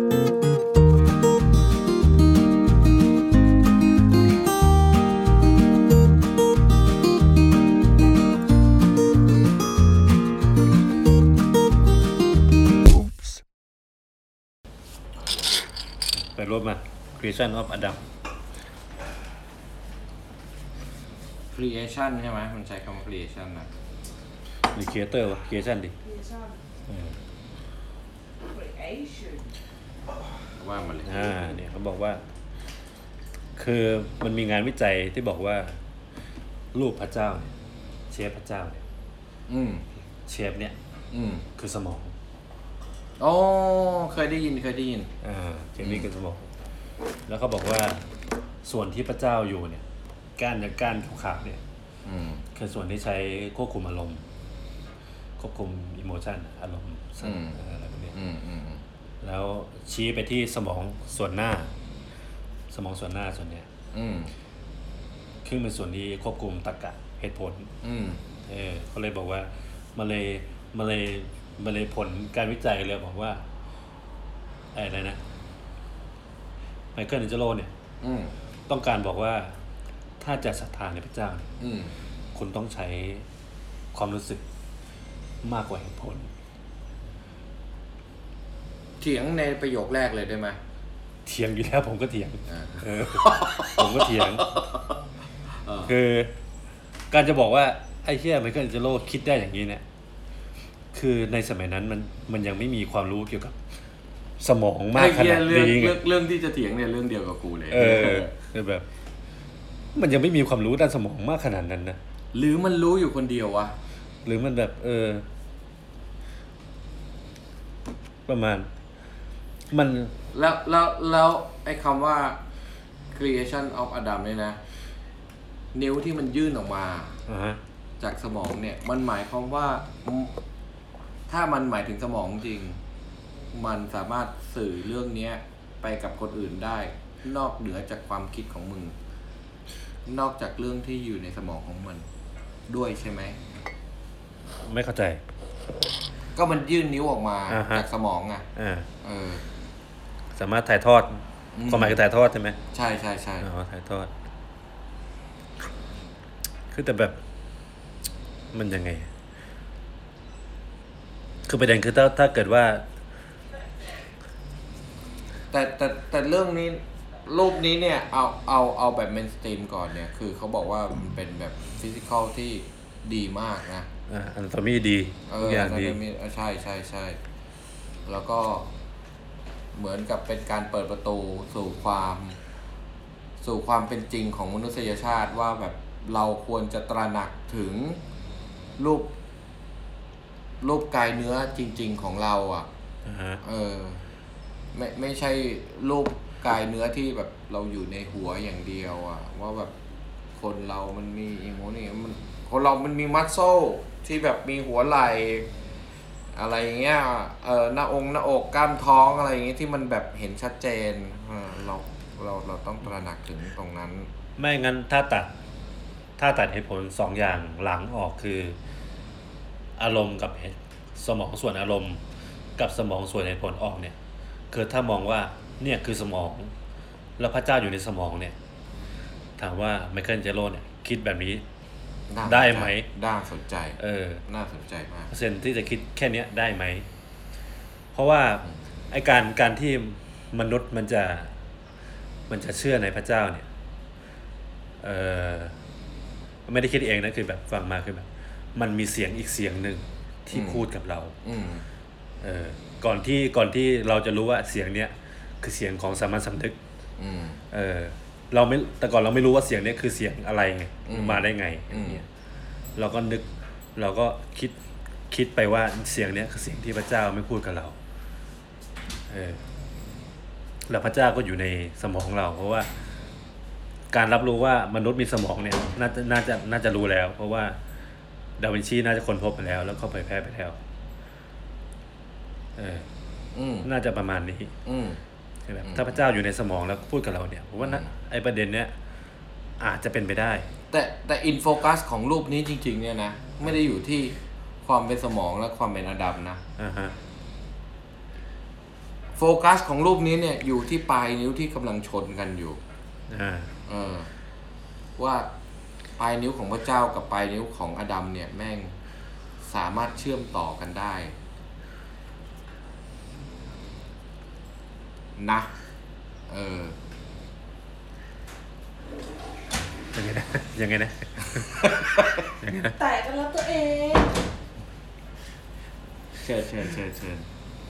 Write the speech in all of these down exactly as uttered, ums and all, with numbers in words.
ไปรวบมา Creation of Adam creation ใช่ไหมมันใช้คำว่า creation นะหรือ creator วะ creation ดิ creation creation ว่ามันเลยอ่าเนี่ยเขาบอกว่าคือมันมีงานวิจัยที่บอกว่ารูปพระเจ้าเนี่ยเชฟพระเจ้าเนี่ยอืมเชฟเนี่ยอืมคือสมองอ๋อเคยได้ยินเคยได้ยินอ่าเชฟนี่คือสมองแล้วเขาบอกว่าส่วนที่พระเจ้าอยู่เนี่ยก้านกับก้านขาวๆเนี่ยคือส่วนที่ใช้ควบคุมอารมณ์ควบคุมอิโมชันอารมณ์อะไรแบบนี้แล้วชี้ไปที่สมองส่วนหน้าสมองส่วนหน้าส่วนเนี้ยคือเป็นส่วนที่ควบคุมตรรกะเหตุผลเออเขาเลยบอกว่ามาเลยมาเลยมาเลยผลการวิจัยเลยบอกว่าอะไรนะไมเคิลแองเจโลเนี่ยต้องการบอกว่าถ้าจะศรัทธาในพระเจ้าเนี่ยคุณต้องใช้ความรู้สึกมากกว่าเหตุผลเถียงในประโยคแรกเลยได้ไหมเถียงอยู่แล้วผมก็เถียงเออผมก็เถียงคือการจะบอกว่าไอ้เหี้ยไมเคิลแองเจโลคิดได้อย่างนี้เนี่ยคือในสมัยนั้นมันมันยังไม่มีความรู้เกี่ยวกับสมองมากขนาดนี้เรื่องเรื่องที่จะเถียงเนี่ยเรื่องเดียวกับกูเลยเออคือแบบมันยังไม่มีความรู้ด้านสมองมากขนาดนั้นนะหรือมันรู้อยู่คนเดียววะหรือมันแบบเออประมาณมันแล้วแล้วแล้วไอ้คำว่า creation of Adam เนี่ยนะนิ้วที่มันยื่นออกมาจากสมองเนี่ยมันหมายความว่าถ้ามันหมายถึงสมองจริงมันสามารถสื่อเรื่องนี้ไปกับคนอื่นได้นอกเหนือจากความคิดของมึงนอกจากเรื่องที่อยู่ในสมองของมันด้วยใช่ไหมไม่เข้าใจก็มันยื่นนิ้วออกมาจากสมองอ่ะเออสามารถถ่ายทอดความหมายคือถ่ายทอดใช่ไหมใช่ใช่ใช่อ๋อถ่ายทอดคือแต่แบบมันยังไงคือประเด็นคือถ้าถ้าเกิดว่าแต่แต่แต่เรื่องนี้รูปนี้เนี่ยเอาเอาเอาแบบเมนสตรีมก่อนเนี่ยคือเขาบอกว่ามันเป็นแบบฟิสิกอลที่ดีมากนะอ่าอนาโตมีดีทุกอย่างดีใช่ใช่ใช่แล้วก็เหมือนกับเป็นการเปิดประตูสู่ความสู่ความเป็นจริงของมนุษยชาติว่าแบบเราควรจะตระหนักถึงรูปรูปกายเนื้อจริงๆของเราอ่ะ uh-huh. เออไม่ไม่ใช่รูปกายเนื้อที่แบบเราอยู่ในหัวอย่างเดียวอ่ะว่าแบบคนเรามันมีอีโมนี่มันคนเรามันมีมัสโซที่แบบมีหัวไหล่อะไรอย่างเงี้ยเออหน้าองค์หน้าอกกล้ามท้องอะไรอย่างเงี้ยที่มันแบบเห็นชัดเจนเออเราเราเราต้องตระหนักถึงตรงนั้นไม่งั้นถ้าตัดถ้าตัดเหตุผลสองอย่างหลังออกคืออารมณ์กับสมองส่วนอารมณ์กับสมองส่วนเหตุผลออกเนี่ยคือถ้ามองว่าเนี่ยคือสมองแล้วพระเจ้าอยู่ในสมองเนี่ยถามว่าไมเคิลแองเจโลเนี่ยคิดแบบนี้ได้ไหมน่าสนใจเออน่าสนใจมากเปอร์เซ็นต์ที่จะคิดแค่นี้ได้ไหมเพราะว่าไอ้การการที่มนุษย์มันจะมันจะเชื่อในพระเจ้าเนี่ยเออไม่ได้คิดเองนะคือแบบฟังมาคือแบบมันมีเสียงอีกเสียงหนึ่งที่พูดกับเราเออก่อนที่ก่อนที่เราจะรู้ว่าเสียงเนี้ยคือเสียงของสามัญสำนึกเออเราไม่แต่ก่อนเราไม่รู้ว่าเสียงเนี้ยคือเสียงอะไรไงมาได้ไงอย่างเงี้ยเราก็นึกเราก็คิดคิดไปว่าเสียงเนี้ยคือเสียงที่พระเจ้าไม่พูดกับเราเออแล้วพระเจ้าก็อยู่ในสมองเราเพราะว่าการรับรู้ว่ามนุษย์มีสมองเนี่ยน่าจะน่าจะน่าจะรู้แล้วเพราะว่าดาวินชีน่าจะค้นพบไปแล้วแล้วก็เผยแพร่ไปแล้วเออน่าจะประมาณนี้ใช่ไหมถ้าพระเจ้าอยู่ในสมองแล้วพูดกับเราเนี่ยผมว่านะไอ้ประเด็นเนี้ยอาจจะเป็นไปได้แต่แต่อินโฟกัสของรูปนี้จริงๆเนี่ยนะไม่ได้อยู่ที่ความเป็นสมองและความเป็นอดัมนะอ่าฮะโฟกัสของรูปนี้เนี่ยอยู่ที่ปลายนิ้วที่กำลังชนกันอยู่เออว่าปลายนิ้วของพระเจ้ากับปลายนิ้วของอดัมเนี่ยแม่งสามารถเชื่อมต่อกันได้นะเออยังไงนะยังไงนะยังไงนะแต่กันแล้วตัวเองเชิญเชิญเชิญเชิญ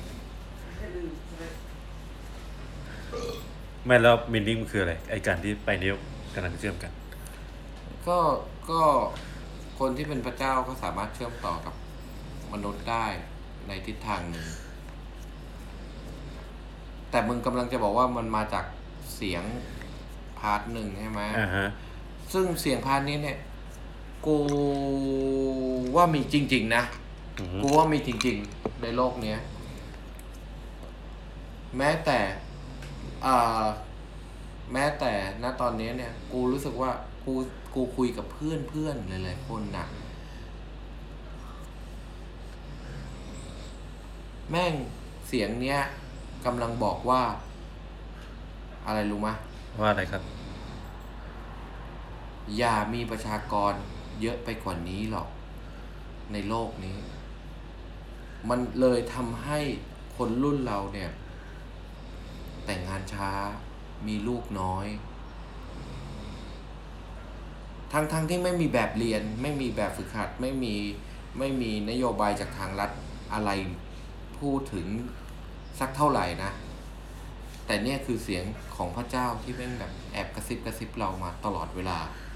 ไม่แล้วมินนิ่งมันคืออะไรไอการที่ปลายนิ้วกำลังเชื่อมกันก็ก็คนที่เป็นพระเจ้าก็สามารถเชื่อมต่อกับมนุษย์ได้ในทิศทางหนึ่งแต่มึงกำลังจะบอกว่ามันมาจากเสียงพาร์ทหนึ่งใช่ไหมอ่าฮะซึ่งเสียงพาร์ทนี้เนี่ยกูว่ามีจริงๆนะกูว่ามีจริงๆในโลกนี้แม้แต่อ่าแม้แต่ณตอนนี้เนี่ยกูรู้สึกว่ากูกูคุยกับเพื่อนเพื่อนหลายๆคนนะแม่งเสียงเนี้ยกำลังบอกว่าอะไรรู้ไหมว่าอะไรครับอย่ามีประชากรเยอะไปกว่านี้หรอกในโลกนี้มันเลยทำให้คนรุ่นเราเนี่ยแต่งงานช้ามีลูกน้อยทั้งๆ ท, ที่ไม่มีแบบเรียนไม่มีแบบฝึกหัดไม่มีไม่มีนโยบายจากทางรัฐอะไรพูดถึงสักเท่าไหร่นะแต่เนี่ยคือเสียงของพระเจ้าที่เป็นแบบแอบกระซิบกระซิบเรามาตลอดเวลา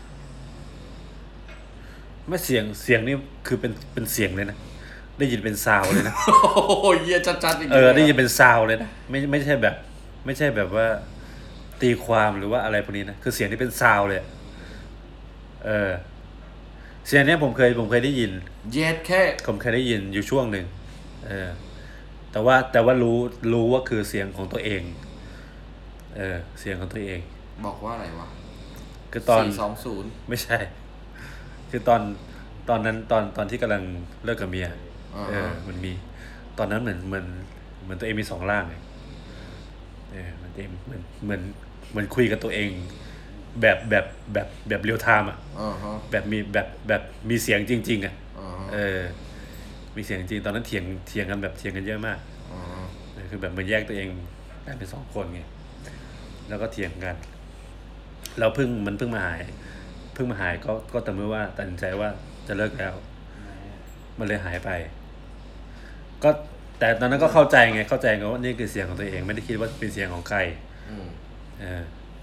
ไม่เสียงเสียงนี่คือเป็นเป็นเสียงเลยนะได้ยินเป็นซาวเลยนะโอ้ยเยี่ยจัดๆอีกเออได้ยินเป็นซาวเลยนะไม่ไม่ใช่แบบไม่ใช่แบบว่าตีความหรือว่าอะไรพวกนี้นะคือเสียงที่เป็นซาวเลยเออเสียงนี้ผมเคยผมเคยได้ยินเย็ดแค่ผมเคยได้ยินอยู่ช่วงหนึ่งเออแต่ว่าแต่ว่ารู้รู้ว่าคือเสียงของตัวเองเออเสียงของตัวเองบอกว่าอะไรวะคือตอนสี่สองศูนย์ไม่ใช่คือตอนตอนนั้นตอนตอนที่กำลังเลิกกับเมียเออมันมีตอนนั้นเหมือนเหมือนเหมือนตัวเองมีสองร่างเลยเออมันเองเหมือนเหมือนเหมือนคุยกับตัวเองแบบแบบแบบแบบเรียลไทม์อ่ะแบบมีแบบแบบมีเสียงจริงๆอ่ะเออมีเสียงจริงตอนนั้นเถียงเถียงกันแบบเถียงกันเยอะมากคือแบบมันแยกตัวเองเป็นสองคนไงแล้วก็เถียงกันเราเพิ่งมันเพิ่งมาหายเพิ่งมาหายก็ก็แต่เมื่อว่าตัดสินใจว่าจะเลิกแล้วมันเลยหายไปก็แต่ตอนนั้นก็เข้าใจไงเข้าใจไงว่านี่คือเสียงของตัวเองไม่ได้คิดว่าเป็นเสียงของใครเออ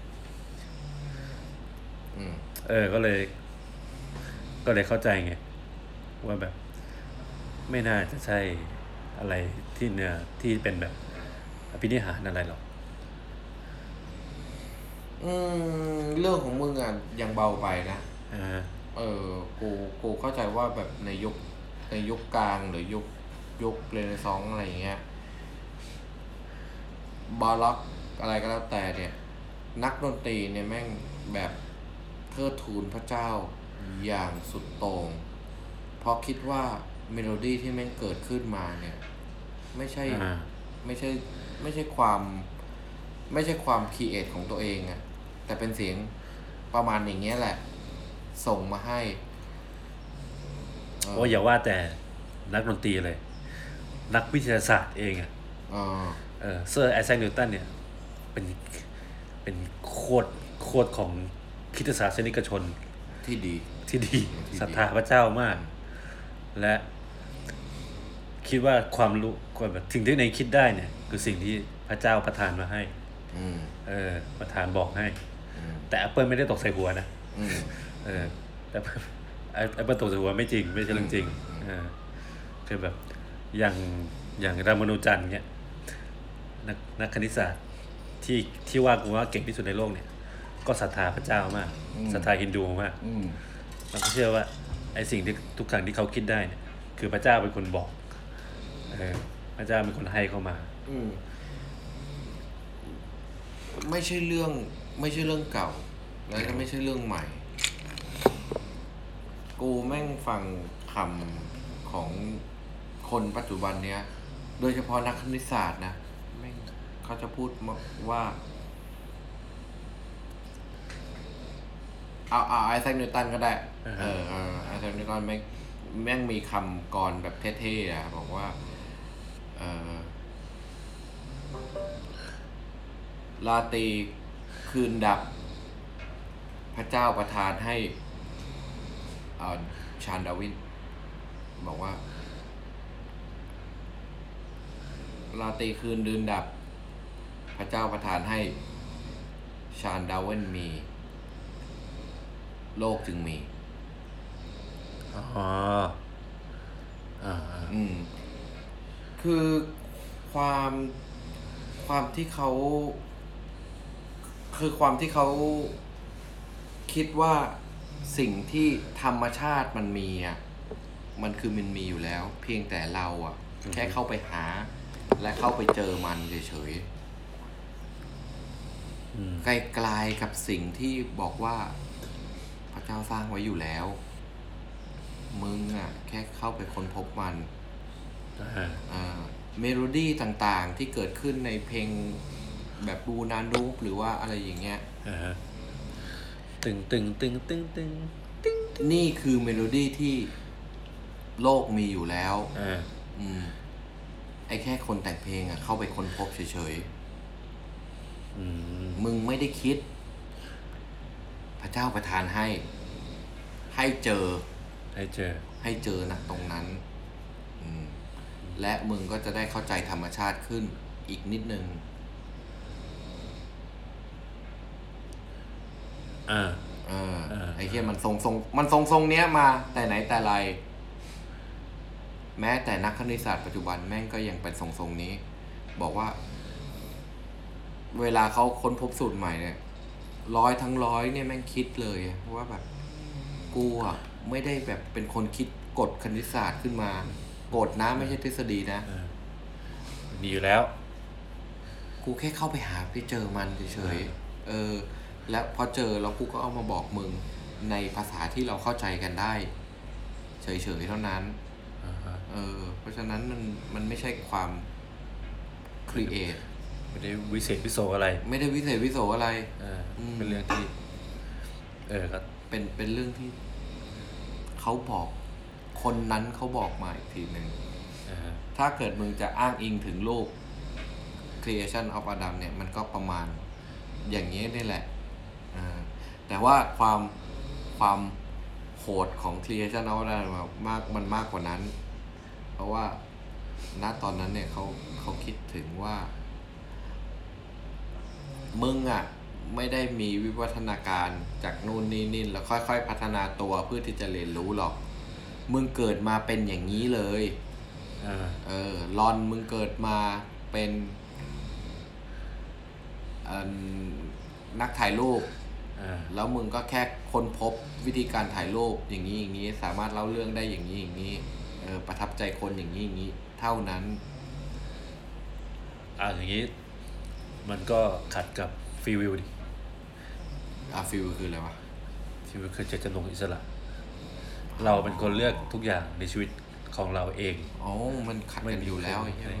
เออก็เลยก็เลยเข้าใจไงว่าแบบไม่น่าจะใช่อะไรที่เนื้อที่เป็นแบบอภินิหารอะไรหรอกอืมเรื่องของมึงอ่ะยังเบาไปนะเออกูกูเข้าใจว่าแบบในยุคในยุคกลางหรือยุคยุคเรเนซองส์อะไรเงี้ยบาร็อกอะไรก็แล้วแต่เนี่ยนักดนตรีเนี่ยแม่งแบบเทิดทูนพระเจ้าอย่างสุดโต่งเพราะคิดว่าเมโลดี้ที่แม่งเกิดขึ้นมาเนี่ยไม่ใช่ไม่ใช่ไม่ใช่ความไม่ใช่ความครีเอทของตัวเองอะแต่เป็นเสียงประมาณอย่างเงี้ยแหละส่งมาให้โอ้อย่าว่าแต่นักดนตรีเลยนักวิทยาศาสตร์เองอ่ะเออเซอร์ไอแซคนิวตันเนี่ยเป็นเป็นโคตรโคตรของคริสตศาสนิกชนที่ดีที่ดีศรัทธาพระเจ้ามากและคิดว่าความรู้ความแบบสิ่งที่ในคิดได้เนี่ยคือสิ่งที่พระเจ้าประทานมาให้เออประทานบอกให้แต่ Apple ไม่ได้ตกใส่หัวนะเออแต่ Apple ตกใส่หัวไม่จริงไม่ใช่เรื่องจริงเออคือแบบอย่างอย่างรามานุจันทร์เนี่ยนักนักคณิตศาสตร์ที่ที่ว่ากูว่าเก่งที่สุดในโลกเนี่ยก็ศรัทธาพระเจ้ามากศรัทธาฮินดูมากมันก็เชื่อว่าไอ้สิ่งที่ทุกครั้งที่เขาคิดได้เนี่ยคือพระเจ้าเป็นคนบอกเออพระเจ้าเป็นคนให้เข้ามาไม่ใช่เรื่องไม่ใช่เรื่องเก่าแล้วก็ไม่ใช่เรื่องใหม่กูแม่งฟังคำของคนปัจจุบันเนี้ยโดยเฉพาะนักคณิตศาสตร์นะแม่งเขาจะพูดว่าเอาเอาไอแซคนิวตันก็ได้ uh-huh. เออเออไอแซคนิวตันแม่งแม่งมีคำกรแบบเท่ๆอ่ะบอกว่าเออราตรีคืนดับพระเจ้าประทานให้อ่าชาญดาร์วินบอกว่าราตรีคืนดืนดับพระเจ้าประทานให้ชาญดาร์วินมีโลกจึงมีอ๋ออ่าอืมคือความความที่เขาคือความที่เขาคิดว่าสิ่งที่ธรรมชาติมันมีอ่ะมันคือมันมีอยู่แล้วเพียงแต่เราอ่ะแค่เข้าไปหาและเข้าไปเจอมันเฉยๆไกลๆกับสิ่งที่บอกว่าพระเจ้าสร้างไว้อยู่แล้วมึงอ่ะแค่เข้าไปค้นพบมันอ่าเมโลดี้ต่างๆที่เกิดขึ้นในเพลงแบบบูนานูปหรือว่าอะไรอย่างเงี้ยตึงตึงตึงตึงตึงตึงนี่คือเมโลดี้ที่โลกมีอยู่แล้วอืมไอ้แค่คนแต่งเพลงอ่ะเข้าไปค้นพบเฉยๆมึงไม่ได้คิดพระเจ้าประทานให้ให้เจอให้เจอให้เจอนะตรงนั้นอืมและมึงก็จะได้เข้าใจธรรมชาติขึ้นอีกนิดนึงอ่าอ่าไอ้เหี้ยมันทรงทรงมันทรงทรงเนี้ยมาแต่ไหนแต่ไรแม้แต่นักคณิตศาสตร์ปัจจุบันแม่งก็ยังเป็นทรงทรงนี้บอกว่าเวลาเขาค้นพบสูตรใหม่เนี่ยร้อยทั้งร้อยเนี่ยแม่งคิดเลยว่าแบบกูอ่ะไม่ได้แบบเป็นคนคิดกฎคณิตศาสตร์ขึ้นมากฎนะไม่ใช่ทฤษฎีนะมีอยู่แล้วกูแค่เข้าไปหาไปเจอมันเฉยๆเออและพอเจอแล้วกูก็เอามาบอกมึงในภาษาที่เราเข้าใจกันได้เฉยๆเท่านั้นเออเพราะฉะนั้นมันมันไม่ใช่ความครีเอทไม่ได้วิเศษวิโสอะไรไม่ได้วิเศษวิโสอะไรเป็นเรื่องที่เออครับเป็นเป็นเรื่องที่เขาบอกคนนั้นเขาบอกมาอีกทีหนึ่งถ้าเกิดมึงจะอ้างอิงถึงโลก creation of Adam เนี่ยมันก็ประมาณอย่างนี้นี่แหละแต่ว่าความความโหดของ creation of Adam มากมันมากกว่านั้นเพราะว่าณตอนนั้นเนี่ยเขาเขาคิดถึงว่ามึงอ่ะไม่ได้มีวิวัฒนาการจากนู่นนี่นี่แล้วค่อยๆพัฒนาตัวเพื่อที่จะเรียนรู้หรอกมึงเกิดมาเป็นอย่างนี้เลยเออลอนมึงเกิดมาเป็นนักถ่ายรูปแล้วมึงก็แค่ค้นพบวิธีการถ่ายรูปอย่างนี้อย่างนี้สามารถเล่าเรื่องได้อย่างนี้อย่างนี้เออประทับใจคนอย่างนี้อย่างนี้เท่านั้นอ่าอย่างนี้มันก็ขัดกับฟรีวิลดิอ่าฟรีวิลคืออะไรวะฟรีวิลคือเจตจำนงอิสระเราเป็นคนเลือกทุกอย่างในชีวิตของเราเองอ๋อมันขัดกันอยู่แล้วไอ้เหี้ย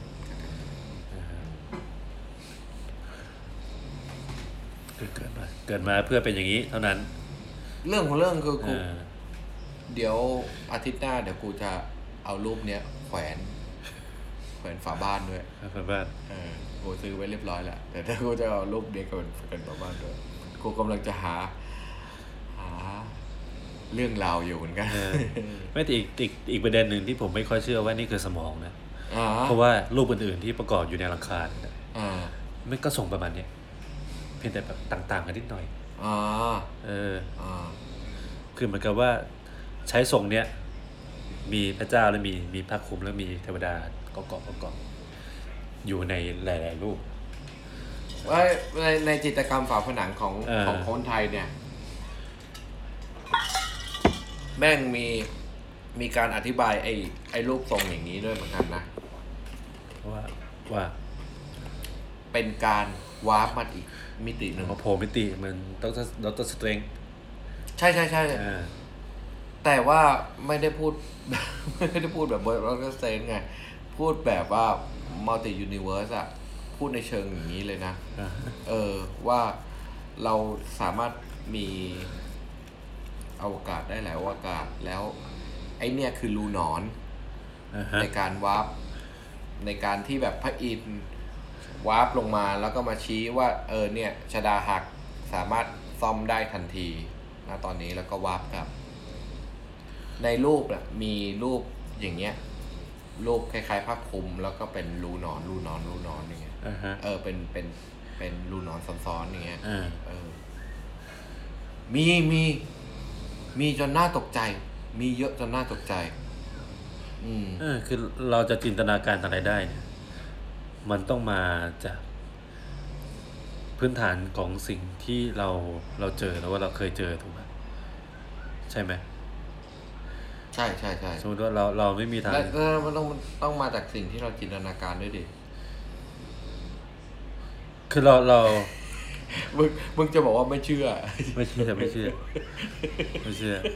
เกิดมาเกิดมาเพื่อเป็นอย่างนี้เท่านั้นเรื่องของเรื่องคือกูเดี๋ยวอาทิตย์หน้าเดี๋ยวกูจะเอารูปเนี้ยแขวนแขวนฝาบ้านด้วยฝาบ้านเออกูซื้อไว้เรียบร้อยแล้วแต่ถ้ากูจะเอารูปเนี้ยกับแขวนฝาบ้านด้วยกูกำลังจะหาหาเรื่องราวอยู่เหมือนกันไม่แต่อีกอีกอีกประเด็นหนึ่งที่ผมไม่ค่อยเชื่อว่านี่คือสมองนะเพราะว่ารูปอื่นๆที่ประกอบอยู่ในหลังคาเนี่ยมันก็ส่งประมาณนี้เพียงแต่แบบต่างๆกันนิดหน่อยอ่าเออคือเหมือนกับว่าใช้ทรงเนี้ยมีพระเจ้าแล้วมีมีพระคุมแล้วมีเทวดาเกาะเกาะเกาะอยู่ในหลายๆรูปว่าในในจิตรกรรมฝาผนังของของคนไทยเนี่ยแม่งมีมีการอธิบายไอ้ไอ้รูปทรงอย่างนี้ด้วยเหมือนกันนะว่าว่าเป็นการวาร์ปมาอีกมิติหนึ่งโผล่มิติมันต้องดร.สเตรนใช่ใช่ใช่แต่ว่าไม่ได้พูดไม่ได้พูดแบบดร.สเตรนไงพูดแบบว่ามัลติยูนิเวิร์สอะพูดในเชิงอย่างนี้เลยนะ เออว่าเราสามารถมีอวกาศได้หลายอวกาศแล้วไอเนี่ยคือรูหนอน uh-huh. ในการวาร์ปในการที่แบบพระอินทร์วาร์ปลงมาแล้วก็มาชี้ว่าเออเนี่ยชดาหักสามารถซ่อมได้ทันทีณตอนนี้แล้วก็วาร์ปกลับในรูปอ่ะมีรูปอย่างเงี้ยรูปคล้ายๆผ้าคลุมแล้วก็เป็นรูหนอนรูหนอนรูหนอนอย่างเงี้ย uh-huh. เออเป็นเป็นเป็นรูหนอนซ้อนๆอย่างเงี้ย uh. เออมีมีมีจนน่าตกใจมีเยอะจนน่าตกใจอืมเออคือเราจะจินตนาการอะไรได้เนี่ยมันต้องมาจากพื้นฐานของสิ่งที่เราเราเจอแล้วว่าเราเคยเจอถูกไหมใช่ไหมใช่ใช่ใช่สมมติว่าเราเราไม่มีทางแล้วมันต้องต้องมาจากสิ่งที่เราจินตนาการด้วยดิคือเราเรามึงมึงจะบอกว่าไม่เชื่อไม่เชื่อไม่เชื่อไม่เชื่อ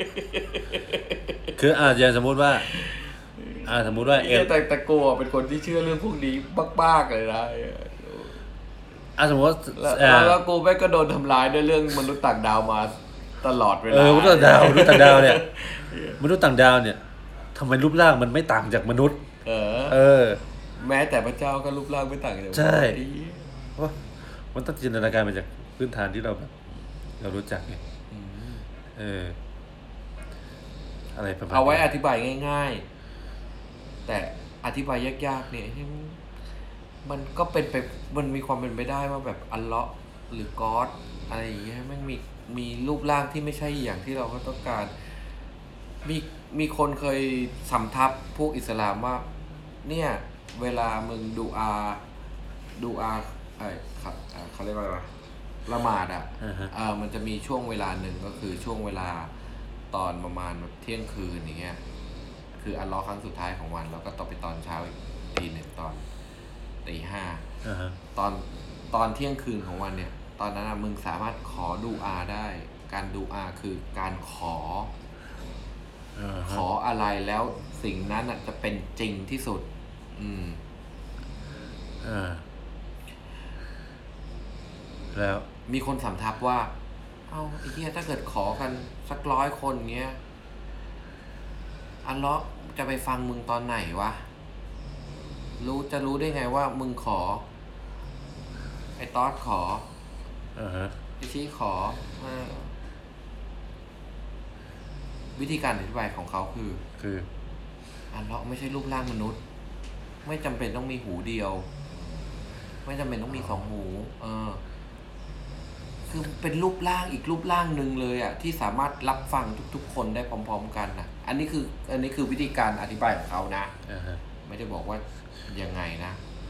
คืออาจจะสมมติว่าอ่าสมมติว่าเอแต่แต่กลัวเป็นคนที่เชื่อเรื่องพวกนี้มากๆเลยนะอ่าสมมติว่าแล้วแล้วกูแม่ก็โดนทำร้ายด้วยเรื่องมนุษย์ต่างดาวมาตลอดเวลาเออมนุษย์ต่างดาวมนุษย์ต่างดาวเนี่ยมนุษย์ต่างดาวเนี่ยทำไมรูปร่างมันไม่ต่างจากมนุษย์เออเออแม้แต่พระเจ้าก็รูปร่างไม่ต่างจากใช่เพราะมันต้องจินตนาการมาจากพื้นฐานที่เราแบบเรารู้จักไงเอออะไรประมาณเอาไว้อธิบายง่ายๆแต่อธิบายยากๆเนี่ยมันก็เป็นไปมันมีความเป็นไปได้ว่าแบบอัลเลาะห์หรือก็อดอะไรอย่างเงี้ยมันมีมีรูปร่างที่ไม่ใช่อย่างที่เราต้องการมีมีคนเคยสำทับพวกอิสลามว่าเนี่ยเวลามึงดูอาดูอาไอ้ครับเขาเรียกว่าอะไรวะละหมาดอ่ะ uh-huh. อ่ามันจะมีช่วงเวลาหนึ่งก็คือช่วงเวลาตอนประมาณแบบเที่ยงคืนอย่างเงี้ยคืออัลเลาะห์ครั้งสุดท้ายของวันแล้วก็ต่อไปตอนเช้าอีกทีหนึ่งตอนตีห้า uh-huh. ตอนตอนเที่ยงคืนของวันเนี่ยตอนนั้นมึงสามารถขอดูอาได้การดูอาคือการขอ uh-huh. ขออะไรแล้วสิ่งนั้นอ่ะจะเป็นจริงที่สุดอืมอ่าแล้วมีคนสำทับว่าเอาไอ้เหี้ยถ้าเกิดขอกันสักร้อยคนเงี้ยอัลเลาะห์จะไปฟังมึงตอนไหนวะรู้จะรู้ได้ไงว่ามึงขอไอ้ตอดขออ่าฮะไอ้ชี้ขอวิธีการอธิบายของเขาคือคืออัลเลาะห์ไม่ใช่รูปร่างมนุษย์ไม่จำเป็นต้องมีหูเดียวไม่จำเป็นต้องมีสองหูเออคือเป็นรูปร่างอีกรูปร่างหนึ่งเลยอ่ะที่สามารถรับฟังทุกๆคนได้พร้อมๆกันนะอันนี้คืออันนี้คือวิธีการอธิบายของเขานะ uh-huh. ไม่ได้บอกว่ายังไงนะ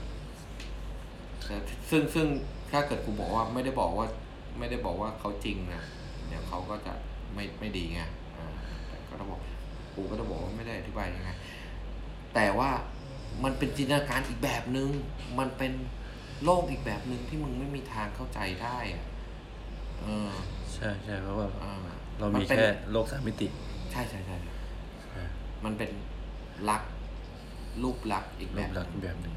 ซึ่งซึ่งถ้าเกิดกูบอกว่าไม่ได้บอกว่าไม่ได้บอกว่าเขาจริงนะเดี๋ยวเขาก็จะไม่ไม่ดีไงอ่าแต่ก็ต้องบอกกูก็ต้องบอกว่าไม่ได้อธิบายยังไงแต่ว่ามันเป็นจินตนาการอีกแบบนึงมันเป็นโลกอีกแบบนึงที่มึงไม่มีทางเข้าใจได้อ่ะเออใช่ใช่เพราะว่าเรามีแค่โลกสามมิติใช่ใช่ใช่มันเป็นลักษณ์รูปลักษณ์อีกแบบแบบนึง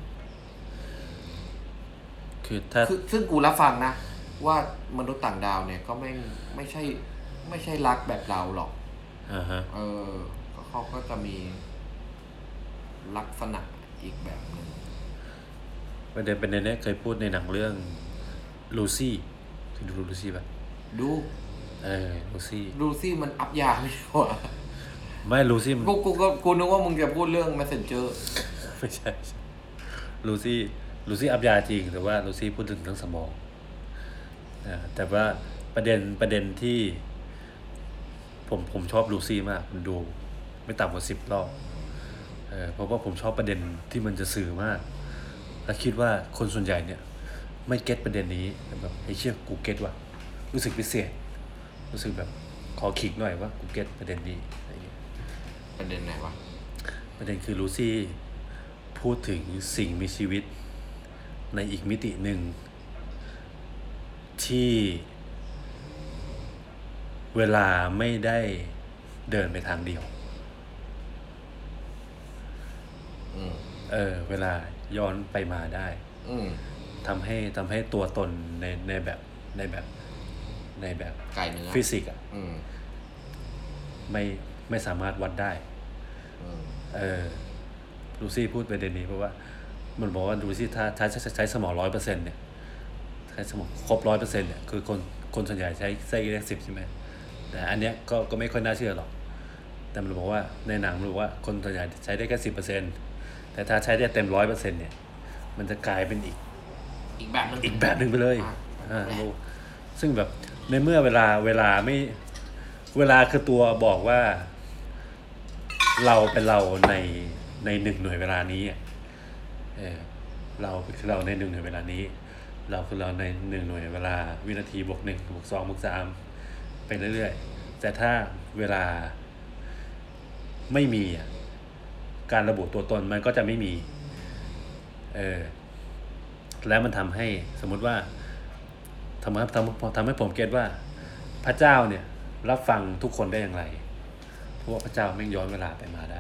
คือถ้าซึ่งกูรับฟังนะว่ามนุษย์ต่างดาวเนี่ยก็ไม่ไม่ใช่ไม่ใช่ลักษณ์แบบเราหรอกอ่าฮะเออเขาก็จะมีลักษณะอีกแบบนึงประเด็นเป็นในนี้เคยพูดในหนังเรื่องลูซี่ดูลูซี่ป่ะดูเออลูซี่ลูซี่มันอัพยาไม่ใช่หรอไม่ลูซี่กูกูก็กูนึกว่ามึงจะพูดเรื่อง Messenger ไม่ใช่ลูซี่ลูซี่อัพยาจริงแต่ว่าลูซี่พูดถึงทั้งสมองนะแต่ว่าประเด็นประเด็นที่ผมผมชอบลูซี่มากมันดูไม่ต่ำกว่าสิบรอบเออเพราะว่าผมชอบประเด็นที่มันจะสื่อมากและคิดว่าคนส่วนใหญ่เนี่ยไม่เก็ตประเด็นนี้แบบไอ้เชี่ยกูเก็ตว่ะรู้สึกพิเศษรู้สึกแบบขอคิกหน่อยว่ากูเก็ตประเด็นนี้อะไรเงี้ยประเด็นไหนวะประเด็นคือลูซี่พูดถึงสิ่งมีชีวิตในอีกมิติหนึ่งที่เวลาไม่ได้เดินไปทางเดียวเออเวลาย้อนไปมาได้ทำให้ทำให้ตัวตนในในแบบในแบบในแบบไก่เนื้อฟิสิกส์อ่ะไม่ไม่สามารถวัดได้เออลูซี่พูดประเด็นนี้เพราะว่ามันบอกว่าลูซี่ถ้าใช้ใช้สมองร้อยเปอร์เซ็นต์เนี่ยใช้สมองครบร้อยเปอร์เซ็นต์เนี่ยคือคนคนส่วนใหญ่ใช้ไส้เลขสิบใช่ไหมแต่อันเนี้ยก็ก็ไม่ค่อยน่าเชื่อหรอกแต่มันบอกว่าในหนังมันบอกว่าคนส่วนใหญ่ใช้ได้แค่สิบเปอร์เซ็นต์แต่ถ้าใช้ได้เต็มร้อยเปอร์เซ็นต์เนี่ยมันจะกลายเป็นอีกอีกแบบนึงอีกแบบนึงไปเลยอ่าซึ่งแบบในเมื่อเวลาเวลาไม่เวลาคือตัวบอกว่าเราเป็นเราในในหนึ่งหน่วยเวลานี้เออเราคือเราในหนึ่งหน่วยเวลานี้เราคือเราในหนึ่งหน่วยเวลาวินาทีบวกหนึ่งบวกสองบวกสามไปเรื่อยๆแต่ถ้าเวลาไม่มีการระบุตัวตนมันก็จะไม่มีเออแล้วมันทำให้สมมติว่าทำให้ทำทำให้ผมเก็ตว่าพระเจ้าเนี่ยรับฟังทุกคนได้อย่างไรเพราะว่าพระเจ้าไม่ย้อนเวลาไปมาได้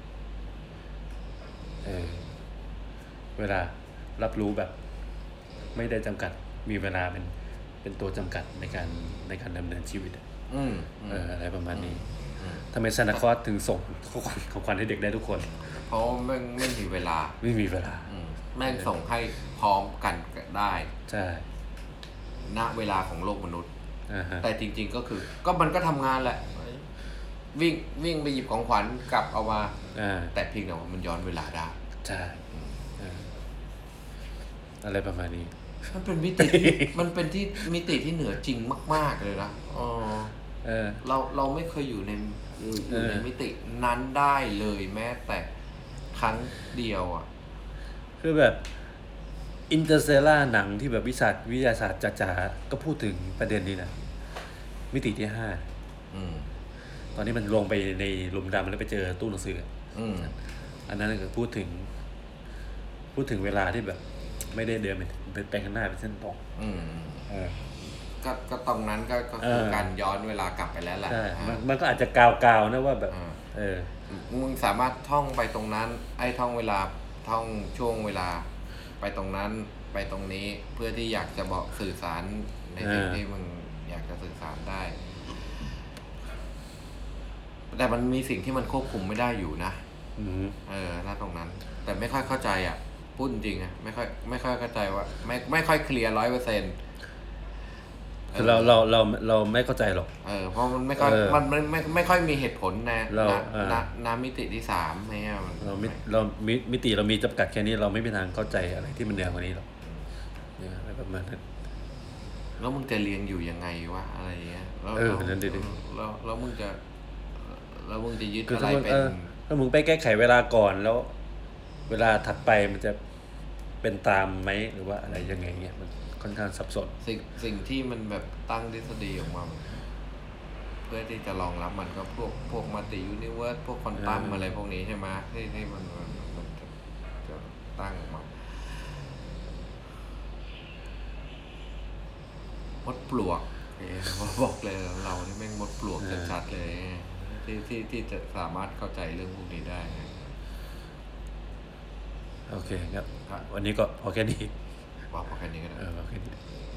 เออเวลารับรู้แบบไม่ได้จำกัดมีเวลาเป็นเป็นตัวจำกัดในการในการดำเนินชีวิตอืมเอออะไรประมาณนี้ทำไมซานตาคลอสถึงส่งของขวัญของขวัญให้เด็กได้ทุกคนเพราะไม่ไม่มีเวลาไม่มีเวลาแม่งส่งให้พร้อมกันได้ใช่ณเวลาของโลกมนุษย์ uh-huh. แต่จริงๆก็คือก็มันก็ทำงานแหละวิ่งวิ่งไปหยิบของขวัญกลับเอามา uh-huh. แต่เพียงแต่ว่ามันย้อนเวลาได้ใช่ uh-huh. อะไรประมาณนี้มันเป็นมิติที่มันเป็นที่มิติที่เหนือจริงมากๆเลยนะอ๋อเออเราเราไม่เคยอยู่ในอยู่ในมิตินั้นได้เลยแม้แต่ครั้งเดียวอ่ะคือแบบอินเตอร์เซล่าหนังที่แบบวิชาวิทยาศาสตร์จ๋าๆก็พูดถึงประเด็นนี้นะมิติที่ห้าตอนนี้มันลงไปในหลุมดำแล้วไปเจอตู้หนังสืออันนั้นก็พูดถึงพูดถึงเวลาที่แบบไม่ได้เดินเป็นไปข้างหน้าเป็นเส้นตรงก็ก็ตรงนั้นก็คือการย้อนเวลากลับไปแล้วแหละมันก็อาจจะกาวๆนะว่าแบบเออมึงสามารถท่องไปตรงนั้นไอ้ท่องเวลาท่องช่วงเวลาไปตรงนั้นไปตรงนี้เพื่อที่อยากจะบอกสื่อสารในสิ่งที่มึงอยากจะสื่อสารได้แต่มันมีสิ่งที่มันควบคุมไม่ได้อยู่นะเออณตรงนั้นแต่ไม่ค่อยเข้าใจอ่ะพูดจริงอ่ะไม่ค่อยไม่ค่อยเข้าใจว่าไม่ไม่ค่อยเคลียร์ร้อยเปอร์เซ็นต์คือเราเราเราเราไม่เข้าใจหรอกเออเพราะมันไม่ค่อยมันไม่ไม่ไม่ค่อยมีเหตุผลนะณณมิติที่สามไงมันเราเรามิติเรามีจำกัดแค่นี้เราไม่มีทางเข้าใจอะไรที่มันเหนือกว่านี้หรอกอะไรประมาณนั้นแล้วมึงจะเรียนอยู่ยังไงวะอะไรเงี้ยเออนั่นดิแล้วแล้วมึงจะแล้วมึงจะยึดอะไรเป็นถ้ามึงไปแก้ไขเวลาก่อนแล้วเวลาถัดไปมันจะเป็นตามไหมหรือว่าอะไรยังไงเงี้ยมันค่อนข้างสับสนสิ่งสิ่งที่มันแบบตั้งทฤษฎีออกมาเพื่อที่จะรองรับมันก็พวกพวกมัลติยูนิเวิร์สพวกควอนตัมอะไรพวกนี้ใช่ไหมที่ที่มันมันจะจะตั้งออกมามดปลวกบอกเลยเรานี่แม่งมดปลวกชัดๆเลยที่ที่ที่จะสามารถเข้าใจเรื่องพวกนี้ได้โอเคครับวันนี้ก็พอแค่นี้ว่าพอแค่นี้ก็ได้เออพอแค่นี้